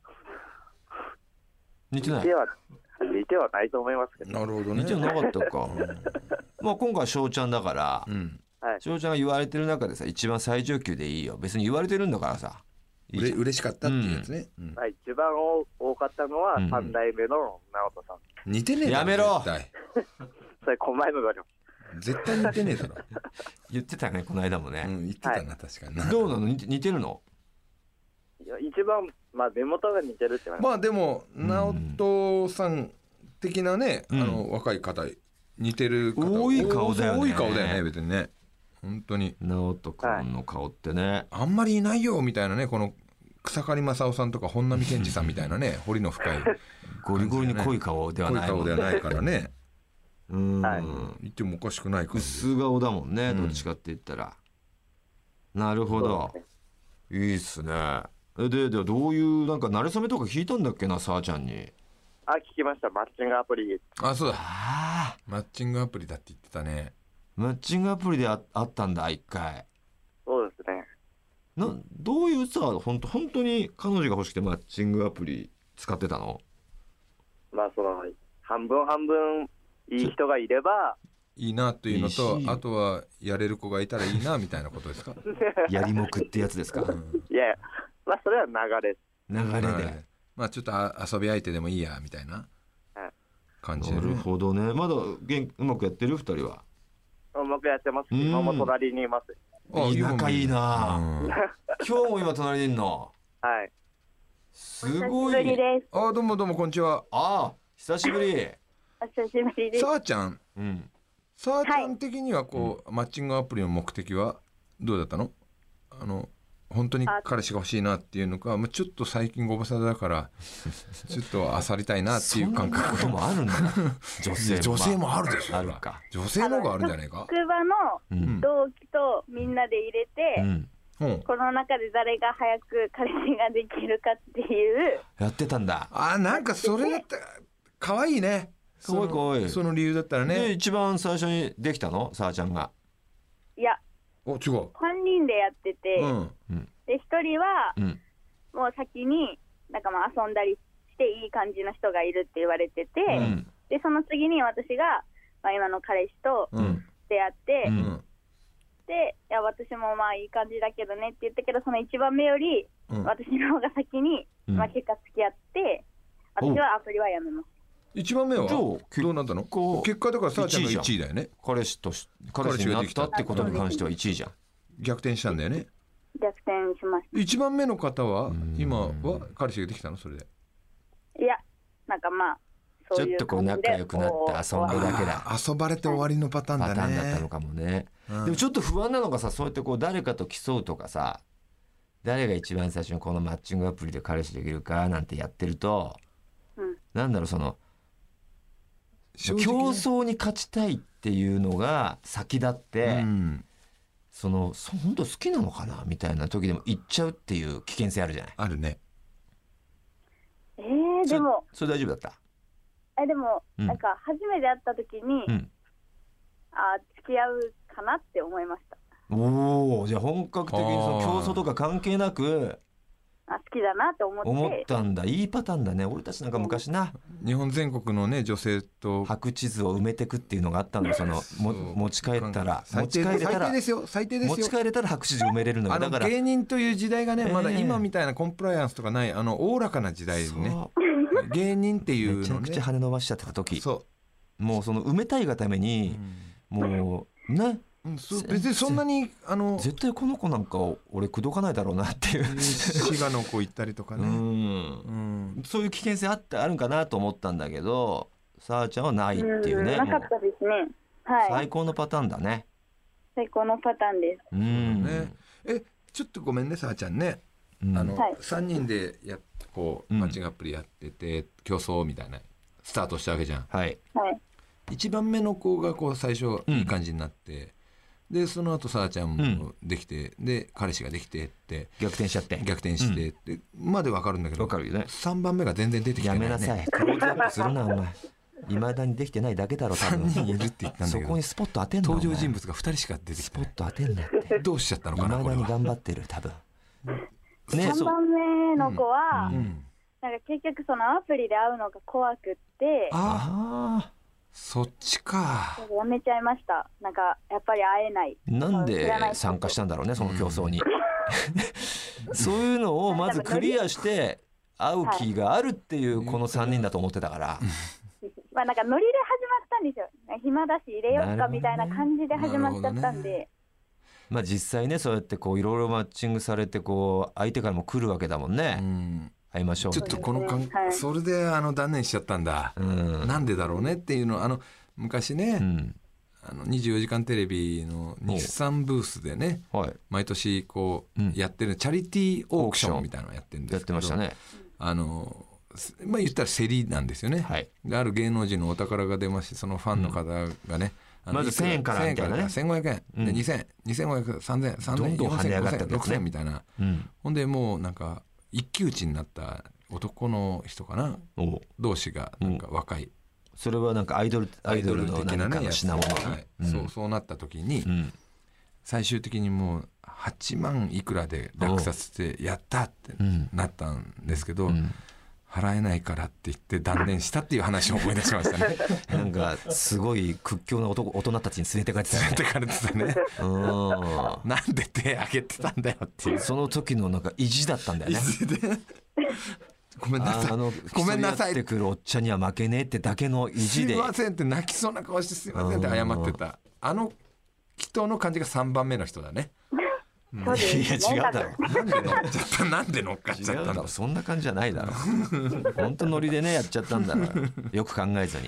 似てない。 似てはないと思いますけど。 なるほどね。 似てなかったか。今回翔ちゃんだから、翔ちゃんが言われてる中でさ、一番最上級でいいよ。別に言われてるんだからさ。 嬉しかったっていうやつね。 一番多かったのは3代目の直人さん。 似てねえだろ。 やめろ。 それ狛江の言われます。 絶対似てねえだろ。 言ってたね、この間もね。 言ってたな、確かに。 どうなの？似てるの？ いや、一番目元が似てるって言われます。 でも直人さん的なね、若い方似てる方多い顔だよね。 多い顔だよね、別にね。本当に直人くんの顔ってね、 あんまりいないよみたいなね。この草刈正雄さんとか本並健治さんみたいなね、彫りの深いゴリゴリに濃い顔ではないもんね。 濃い顔ではないからね。 言ってもおかしくない感じ。 薄顔だもんね、どっちかって言ったら。なるほど、いいっすね。でどういうなんか馴れ初めとか聞いたんだっけな、さあちゃんに。 聞きました。マッチングアプリ。 そうだ。マッチングアプリだって言ってたね。 マッチングアプリであったんだ、一回。 そうですね。 どういうさ、本当に彼女が欲しくてマッチングアプリ使ってたの？ 半分いい人がいればいいなというのと、あとはやれる子がいたらいいなみたいなことですか？ やりもくってやつですか？ いや、それは流れで、 ちょっと遊び相手でもいいやみたいな感じで、 なるほどね。まだうまくやってる？2人はうまくやってます。今も隣にいます。 仲いいな。今日も今隣にいんの？ はい。 すごい。 どうもこんにちは。 久しぶり。 お久しぶりです。 さあちゃんうん。 さあちゃん的にはこう、マッチングアプリの目的はどうだったの？本当に彼氏が欲しいなっていうのか、まあ、ちょっと最近ご無沙汰だからちょっと漁りたいなっていう感覚。 そんなこともあるんだ。 女性もあるでしょ。 あるか。 女性の方があるんじゃないか。 職場の同期とみんなで入れて、この中で誰が早く彼氏ができるかっていう。 やってたんだ。 なんかそれだったら可愛いね。 かわいいかわいい。 その理由だったらね。 で一番最初にできたの？さあちゃんが。 いや。 違う。 3人でやってて、で1人はもう先になんかまあ遊んだりしていい感じの人がいるって言われてて、でその次に私が、まあ、今の彼氏と出会って、でいや私もまあいい感じだけどねって言ったけど、その1番目より私の方が先に、まあ、結果付き合って、私はアプリはやめます。 1番目はどうなったの？結果だからさあちゃんが1位だよね。 彼氏になったってことに関しては1位じゃん。 逆転したんだよね。 逆転しました。 1番目の方は今は彼氏ができたの？それで。 いやなんかまあそういうちょっとこう仲良くなって遊んだだけだ。 遊ばれて終わりのパターンだね。 パターンだったのかもね。でもちょっと不安なのがさ、そうやってこう誰かと競うとかさ、誰が一番最初にこのマッチングアプリで彼氏できるかなんてやってると、なんだろう、その競争に勝ちたいっていうのが先立って、その本当好きなのかなみたいな時でも言っちゃうっていう危険性あるじゃない。 あるね。 でもそれ大丈夫だった？ でも、なんか初めて会った時に、付き合うかなって思いました。 おお、じゃあ本格的にその競争とか関係なく好きだなって思ったんだ。いいパターンだね。俺たちなんか昔な、 日本全国のね女性と白地図を埋めてくっていうのがあったのよ。その持ち帰ったら最低ですよ。 持ち帰れたら白地図埋めれるのよ。だから芸人という時代がね、まだ今みたいなコンプライアンスとかないおおらかな時代でね、芸人っていうのね、 めちゃくちゃ羽伸ばしちゃってた時、もうその埋めたいがために、もうね、 別にそんなに絶対この子なんか俺口説かないだろうなっていう滋賀の子行ったりとかね、 そういう危険性あるんかなと思ったんだけど、さあちゃんはないっていうね。 なかったですね。はい。 最高のパターンだね。 最高のパターンです。 ちょっとごめんねさあちゃんね、3人でこうマッチングアプリやってて競争みたいなスタートしたわけじゃん。1番目の子がこう最初いい感じになって、でその後さあちゃんもできて、で彼氏ができてって逆転してでまで分かるんだけど、 分かるよね。 3番目が全然出てきてないね。 やめなさい。クローズアップするなお前。未だにできてないだけだろ多分。 3人いるって言ったんだけど、 そこにスポット当てんの。 登場人物が2人しか出てきてない。 スポット当てんなって。 どうしちゃったのかなこれは。 未だに頑張ってる多分。 3番目の子は、なんか結局そのアプリで会うのが怖くって、 そっちか。 やめちゃいました。なんかやっぱり会えない。 なんで参加したんだろうね、その競争に。そういうのをまずクリアして会う気があるっていうこの3人だと思ってたから。 まあなんかノリで始まったんですよ。暇だし入れようかみたいな感じで始まっちゃったんで。 まあ実際ね、そうやってこういろいろマッチングされてこう相手からも来るわけだもんね。会いましょう。 ちょっとこのそれで断念しちゃったんだ。なんでだろうねっていうのは昔ね、24時間テレビの日産ブースでね、毎年こうやってるチャリティーオークションみたいなのをやってるんですけど、 やってましたね。 まあ言ったら競りなんですよね。である芸能人のお宝が出まして、そのファンの方がね、 まず1000円からみたいなね、 1500円で2000円、2500円、3000円、3000円、4000円、6000円みたいな。ほんでもうなんか一騎打ちになった男の人かな同士がなんか若い、 それはなんかアイドルの何かの品物、 そうなった時に、最終的にもう8万いくらで落札してやったってなったんですけど、払えないからって言って断念したっていう話を思い出しましたね。 なんかすごい屈強な大人たちに連れて帰ってたね。 連れてかれてたね。なんで手挙げてたんだよっていう。 その時のなんか意地だったんだよね。 ごめんなさい。 ごめんなさい。ってくるおっちゃんには負けねえってだけの意地で。 すいませんって泣きそうな顔してすいませんって謝ってた。人の感じが3番目の人だね。 そうですいや違うだろ。 なんで乗っかっちゃったんだ違うだろ。そんな感じじゃないだろ。本当ノリでねやっちゃったんだろ。よく考えずに。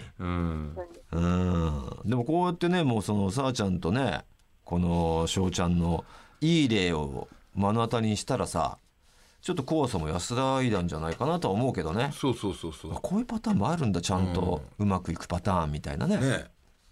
でもこうやってねもうそのさあちゃんとねこのしょうちゃんのいい例を目の当たりにしたらさちょっと怖さも安らいだんじゃないかなとは思うけどね。 そうこういうパターンもあるんだちゃんとうまくいくパターンみたいなね。 ね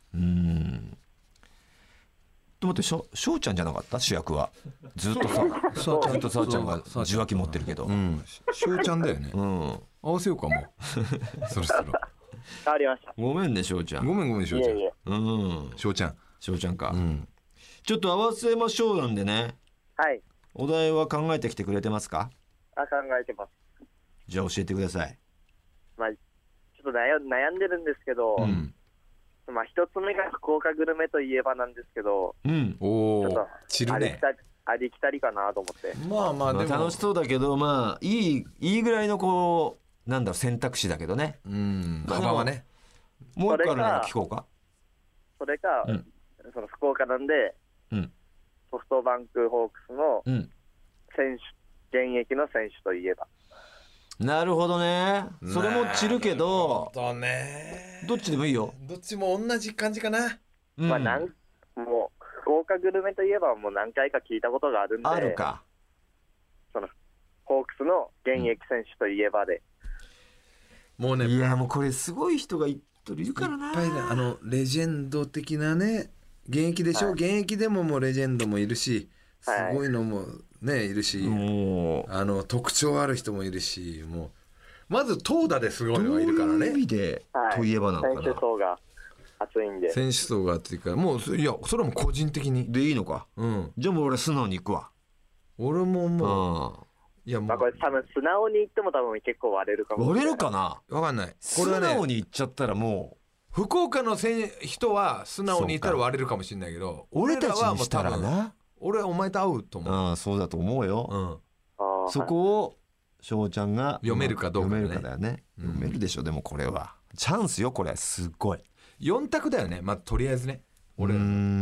と思ってしょうちゃんじゃなかった主役はずっとさちゃんとさあちゃんが受話器持ってるけどしょうちゃんだよね。合わせようかもうそろそろ変わりました。 ごめんねしょうちゃん。 ごめんしょうちゃん。 いえいえ。 しょうちゃんか、ちょっと合わせましょうなんでね。 はい。 お題は考えてきてくれてますか？ 考えてます。 じゃあ教えてください。 まあちょっと悩んでるんですけど、まあ一つ目が福岡グルメといえばなんですけど、 おおちょっと散るね。 ありきたりかなと思って。 まあでも楽しそうだけどまあいいぐらいのこうなんだろう選択肢だけどね。 幅はね。 もう一個あるなら聞こうか。 それか、その福岡なんで、ソフトバンクホークスの選手、現役の選手といえば。 なるほどね。それも散るけどどっちでもいいよ。 どっちも同じ感じかな。 まあもう福岡グルメといえばもう何回か聞いたことがあるんで、 あるか。 そのホークスの現役選手といえばで、 もうねいやもうこれすごい人がいるからな。 いっぱいねレジェンド的なね現役でしょ、現役でももうレジェンドもいるしすごいのもねいるし、特徴ある人もいるし、もうまず投打ですごいのがいるからね。 どういう意味でといえばなのかな。 選手層が厚いんで。 選手層が厚いからもういやそれはもう個人的にでいいのか。じゃあもう俺素直に行くわ。 俺ももういやもう、 まあこれ多分素直に言っても多分結構割れるかもしれない。 割れるかな。 分かんない。 これはね素直に言っちゃったらもう福岡の人は素直に言ったら割れるかもしれないけど、 俺たちにしたらな。 俺はお前と会うと思う。 そうだと思うよ。そこを翔ちゃんが読めるかどうかね。 読めるかだよね。読めるでしょ。でもこれはチャンスよこれすごい。 4択だよね。まあとりあえずね。俺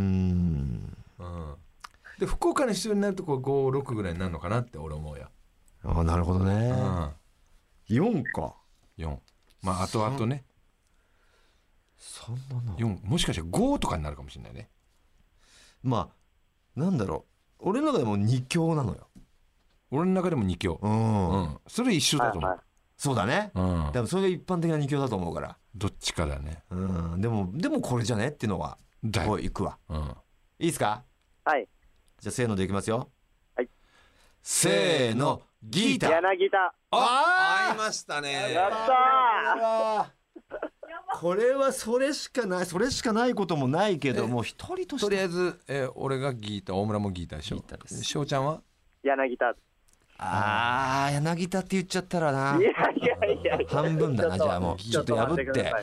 で福岡の人になるとこう5、6ぐらいになるのかなって俺思うよ。 なるほどね。4か。 4。まあ後々ね。 そんなの。 4もしかしたら5とかになるかもしれないね。 まあなんだろう。俺の中でも2強なのよ。 俺の中でも2強。それ一緒だと思う。 そうだね。でもそれが一般的な2強だと思うから。 どっちかだね。 でもこれじゃねっていうのはこういくわ。いいですか。 はい。 じゃあせーのでいきますよ。 はい。 せーのギータ。 柳田。 合いましたね。 やったー。これはそれしかないこともないけども一人としてとりあえず、俺がギータ、大村もギータでしょ。 ギータです。 翔ちゃんは柳田。 柳田って言っちゃったらな。 いや半分だな。じゃあもうちょっと破って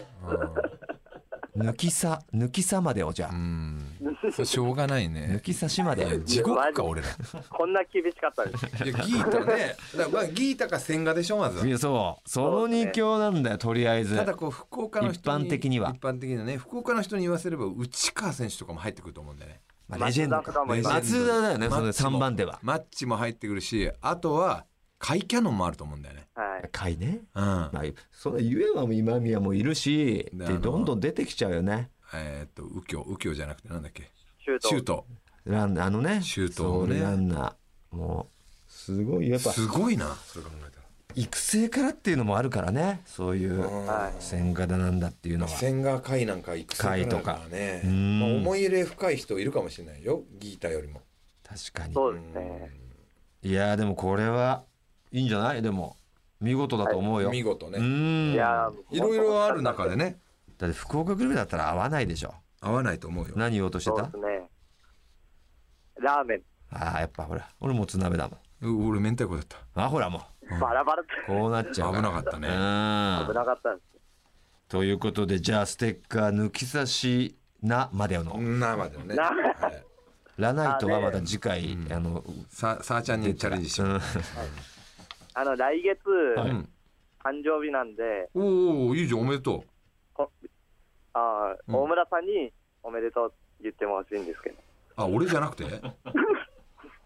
抜きさまでをじゃあしょうがないね。 抜き差しまで地獄か俺ら。 こんな厳しかったです。 いやギータね。まあギータか千賀でしょまずは。 いやその2強なんだよとりあえず。 ただこう福岡の人に一般的にはね福岡の人に言わせれば内川選手とかも入ってくると思うんだよね。 レジェンドか松田だよね。その3番手はマッチも入ってくるし、あとは甲斐キャノンもあると思うんだよね。 甲斐ね。そのゆえは今宮もいるしでどんどん出てきちゃうよね。 右京じゃなくてなんだっけ。 シュート。 ランナーのね。 シュートね。 ランナーもうすごいやっぱすごいな。それ考えたら育成からっていうのもあるからね。そういう千賀だなんだっていうのは。 千賀甲斐なんか育成からだからね。思い入れ深い人いるかもしれないよギータよりも。 確かに。 そうですね。 いやでもこれはいいんじゃない。でも見事だと思うよ。 見事ね。 いやいろいろある中でね。 だって福岡グルメだったら合わないでしょ。 合わないと思うよ。 何言おうとしてた。 そうですね。ラーメン。 やっぱほら俺もつ鍋だもん。俺明太子だった。 ほらもうバラバラこうなっちゃう。 危なかったね。 危なかったです。 ということでじゃあステッカー抜き差しなまでのなまでのね。 ラナイトはまた次回さあちゃんにチャレンジしよう。 来月誕生日なんで。 おおいいじゃんおめでとう。 大村さんにおめでとう言っても欲しいんですけど。 俺じゃなくて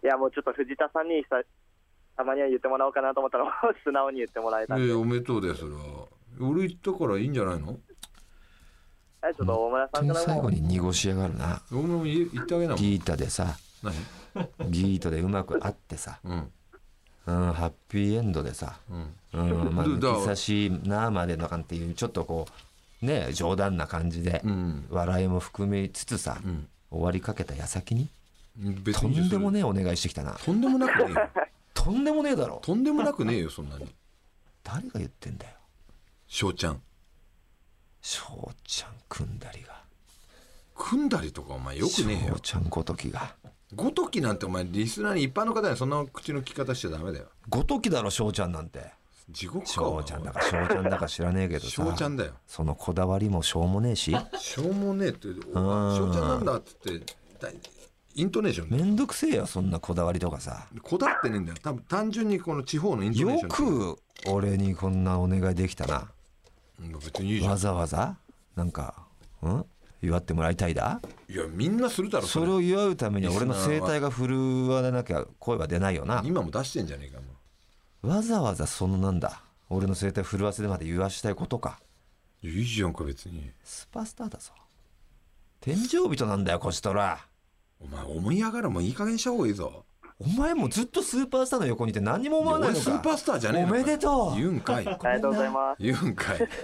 いやもうちょっと藤田さんにたまには言ってもらおうかなと思ったら素直に言ってもらえたんで、 おめでとうです。それは俺言ったからいいんじゃないの。 ちょっと大村さんからも最後に濁しやがるな。 俺も言ってあげなもん。 ギータでさ、ギータでうまくあってさ、ハッピーエンドでさ、まあ抜き差しなまでのかんっていうちょっとこうね冗談な感じで、笑いも含めつつさ、終わりかけた矢先にとんでもねえお願いしてきたな。 とんでもなくねえよ。 とんでもねえだろ。 とんでもなくねえよそんなに。 誰が言ってんだよ。 翔ちゃん。 翔ちゃん組んだりが。 組んだりとかお前よくねえよ。 翔ちゃんごときが。 ごときなんてお前リスナーに一般の方にそんな口の利き方しちゃダメだよ。 ごときだろ翔ちゃんなんて。 地獄か。 翔ちゃんだか翔ちゃんだか知らねえけどさ。 翔ちゃんだよ。 そのこだわりもしょうもねえし。 しょうもねえって翔ちゃんなんだっつってイントネーションめんどくせえよそんなこだわりとかさ。 こだわってねえんだよ。多分単純にこの地方のイントネーション。 よく俺にこんなお願いできたな。 別にいいじゃん。 わざわざなんか祝ってもらいたいだ。 いやみんなするだろそれを祝うためには俺の声帯が震わなきゃ声は出ないよな。 今も出してんじゃねえかもわざわざそのなんだ俺の声帯震わせてまで言わしたいことか。 いいじゃんか別に。 スーパースターだぞ。天井人なんだよこちとら。 お前思い上がらもういい加減した方がいいぞ。 お前もずっとスーパースターの横にいて何にも思わないのか。 俺スーパースターじゃねえのか。 おめでとう。 言うんかい。 ありがとうございます。 言うんかい。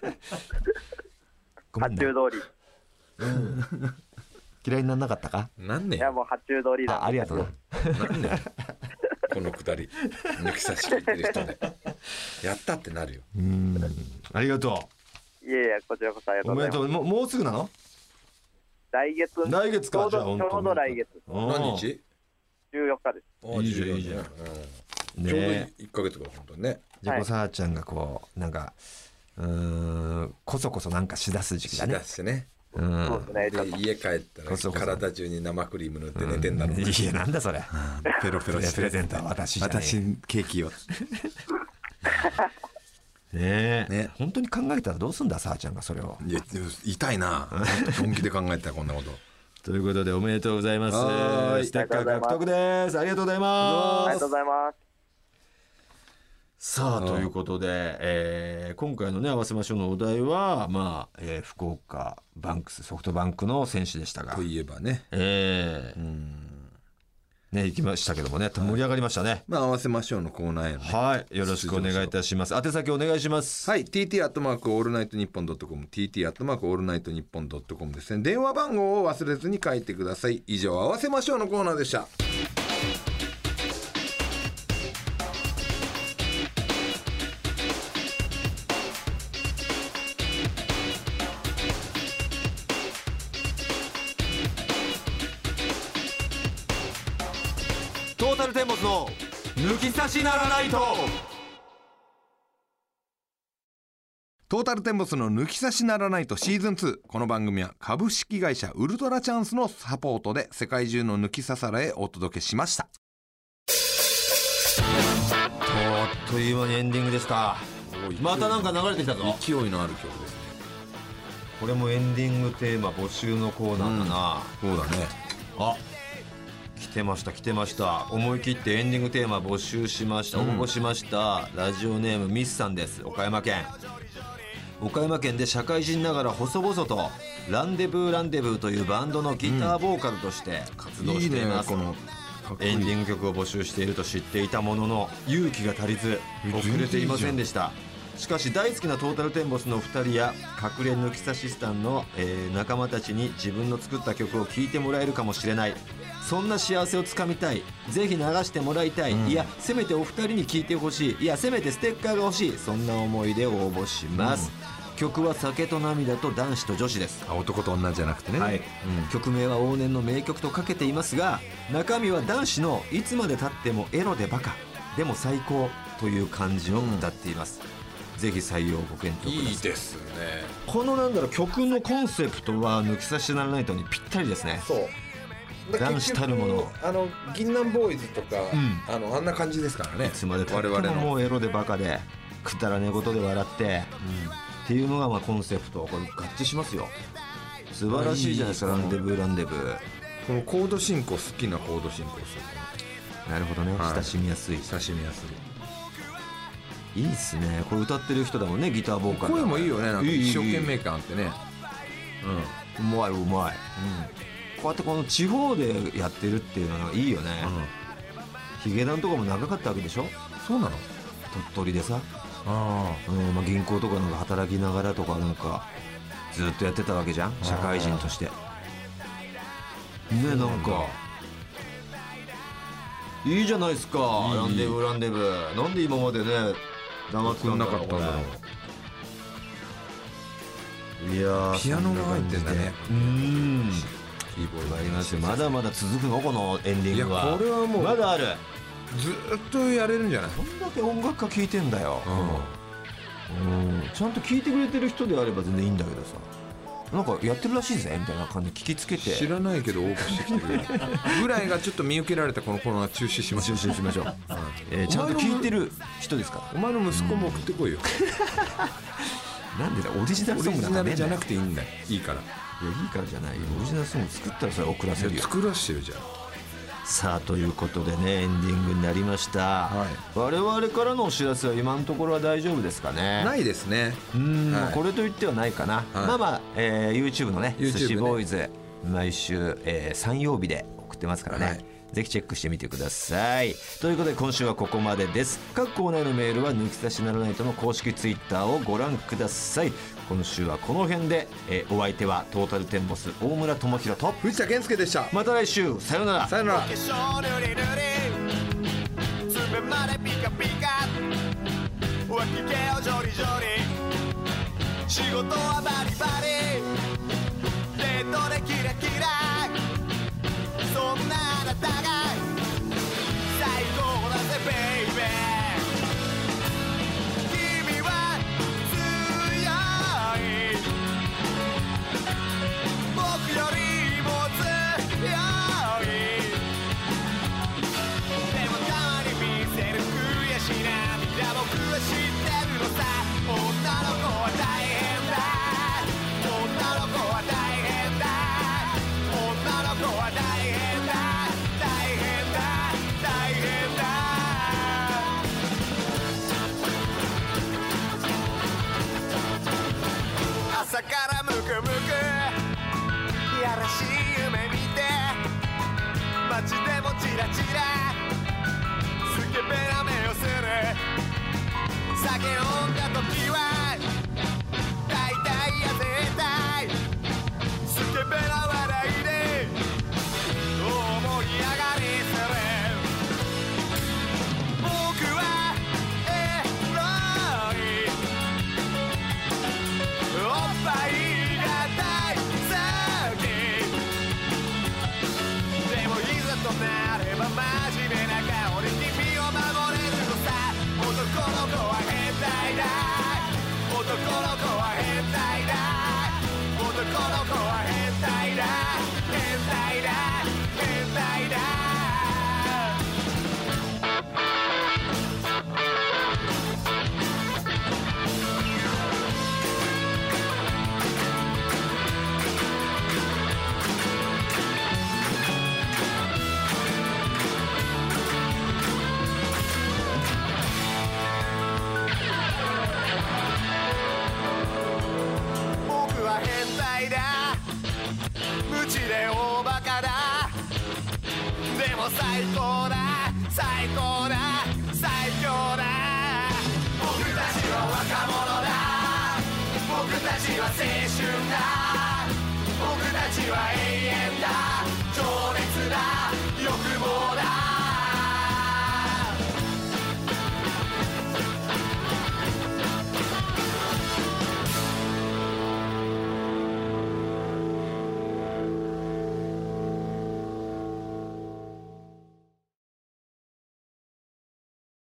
発注通り。 嫌いにならなかったか。 なんねいやもう発注通りだ。 ありがとうな。 なんねこのくだり抜き差し聞いてる人でやったってなるよ。 ありがといやいやこちらこそありがう。おとうございます。 めでとう。もうすぐなの。 来月か。 ちょうど来月。 何日 14日です。 いいじゃんいいじゃん。 ちょうど1ヶ月後本当にね。 じゃあさあちゃんがこうなんかこそこそなんかしだす時期だね。 しだしてね。 そうですね。 で家帰ったらこそこそ体中に生クリーム塗って寝てんだろう。 いやなんだそれ。 ペロペロしてプレゼントは私じゃねえ。 私ケーキを。 ねえ本当に考えたらどうすんださあちゃんがそれを。 いや痛いな。本気で考えたらこんなこと。 ということでおめでとうございます。ステッカー獲得です。ありがとうございます。 ありがとうございます。 さあということで、今回のね合わせましょうのお題はまあ、福岡バンクスソフトバンクの選手でしたがといえばね。 ね行きましたけどもね盛り上がりましたね。 まあ合わせましょうのコーナーへのね。 はいよろしくお願いいたします。宛先お願いします。 はい TT アットマークオールナイトニッポンドットコム TT アットマークオールナイトニッポンドットコムですね。電話番号を忘れずに書いてください。以上合わせましょうのコーナーでした。 トータルテンボスの抜き差しならないと。 トータルテンボスの抜き差しならないとシーズン2。この番組は株式会社ウルトラチャンスのサポートで世界中の抜き差されへお届けしました。 という間にエンディングですか。またなんか流れてきたぞ。 勢いのある曲ですね。 これもエンディングテーマ募集のコーナーだな。 そうだね。 あ来てました思い切ってエンディングテーマ募集しました。応募しました、ラジオネームミスさんです。岡山県で社会人ながら細々とランデブーというバンドのギターボーカルとして活動しています。 いいね、 エンディング曲を募集していると知っていたものの勇気が足りず遅れていませんでした。しかし大好きなトータルテンボスの2人や隠れ抜き差しスタンの、仲間たちに自分の作った曲を聴いてもらえるかもしれない。そんな幸せをつかみたい。ぜひ流してもらいたい、いやせめてお二人に聴いてほしい、いやせめてステッカーが欲しい。そんな思いで応募します、曲は酒と涙と男子と女子です。 男と女じゃなくてね。 はい、曲名は往年の名曲とかけていますが中身は男子のいつまでたってもエロでバカでも最高という感じを歌っています、ぜひ採用ご検討ください。 いいですね。 このなんだろう曲のコンセプトは抜き差しならないとにぴったりですね。 そう男子たるもの銀杏ボーイズとか、あんな感じですからね。 いつまでたってももうエロでバカでくだらねえことで笑って、っていうのがまあコンセプト。これ合致しますよ。素晴らしいじゃないですか。ランデブーこのコード進行好きなコード進行ですよね。 なるほどね、親しみやすい。 親しみやすい。いいっすね。これ歌ってる人だもんね、ギターボーカル。 声もいいよね、なんか一生懸命感あってね。 うまい、こうやってこの地方でやってるっていうのはいいよね。ヒゲダンとかも長かったわけでしょ。 そうなの。 鳥取でさ、銀行とかなんか働きながらとかなんかずっとやってたわけじゃん、社会人としてね。なんかいいじゃないですか。ランデブーなんで今までね黙ってたんだろう。いやピアノが入ってんだね。 キーボードありますよ。まだまだ続くのこのエンディングは。 いやこれはもうまだある。 ずっとやれるんじゃない。 こんだけ音楽家聴いてんだよ。ちゃんと聴いてくれてる人であれば全然いいんだけどさ、なんかやってるらしいぜみたいな感じで聞きつけて、 知らないけど応募してきてるぐらいがちょっと見受けられたこのコーナー中止しましょう。 ちゃんと聴いてる人ですから。 お前の息子も送ってこいよ。 なんでだ、オリジナルソングオリジナルじゃなくていいんだよ。いいから。 いや、いいからじゃないよ。オリジナルソング作ったらそれ送らせるよ。 作らしてるじゃん。 さあということでね、エンディングになりました。我々からのお知らせは今のところは大丈夫ですかね。 ないですね。 これといってはないかな。YouTube のね、寿司ボーイズ毎週3曜日で送ってますからね。ぜひチェックしてみてください。ということで今週はここまでです。各コーナーのメールは抜き差しならないとの公式ツイッターをご覧ください。今週はこの辺で、お相手はトータルテンボス大村智広と藤田健介でした。 また来週、さよなら。 さよなら。 爪までピカピカ脇毛をジョリジョリ仕事はバリバリデートでキラキラそんなあなたが最高だぜベイベー君は強い僕よりも強いでもたまに見せる悔し涙僕は知ってるのさ女の子は大変だ女の子は大変だ女の子は大変だ大変だ大変だ朝からムクムクやらしい夢見て街でもチラチラスケベな目をする酒飲んだ時は大体や絶対スケベな笑いで大盛り上がりする僕はエロいおっぱいが大好きでもいざとなれば真面目な顔で君を守れるのさ男の子は変態だ男の子は変態だ男の子は変態だ変態だ変態だ僕は変態だ無知で大バカだでも最高だ最高だ最強だ僕たちは若者だ僕たちは青春だ僕たちは永遠だ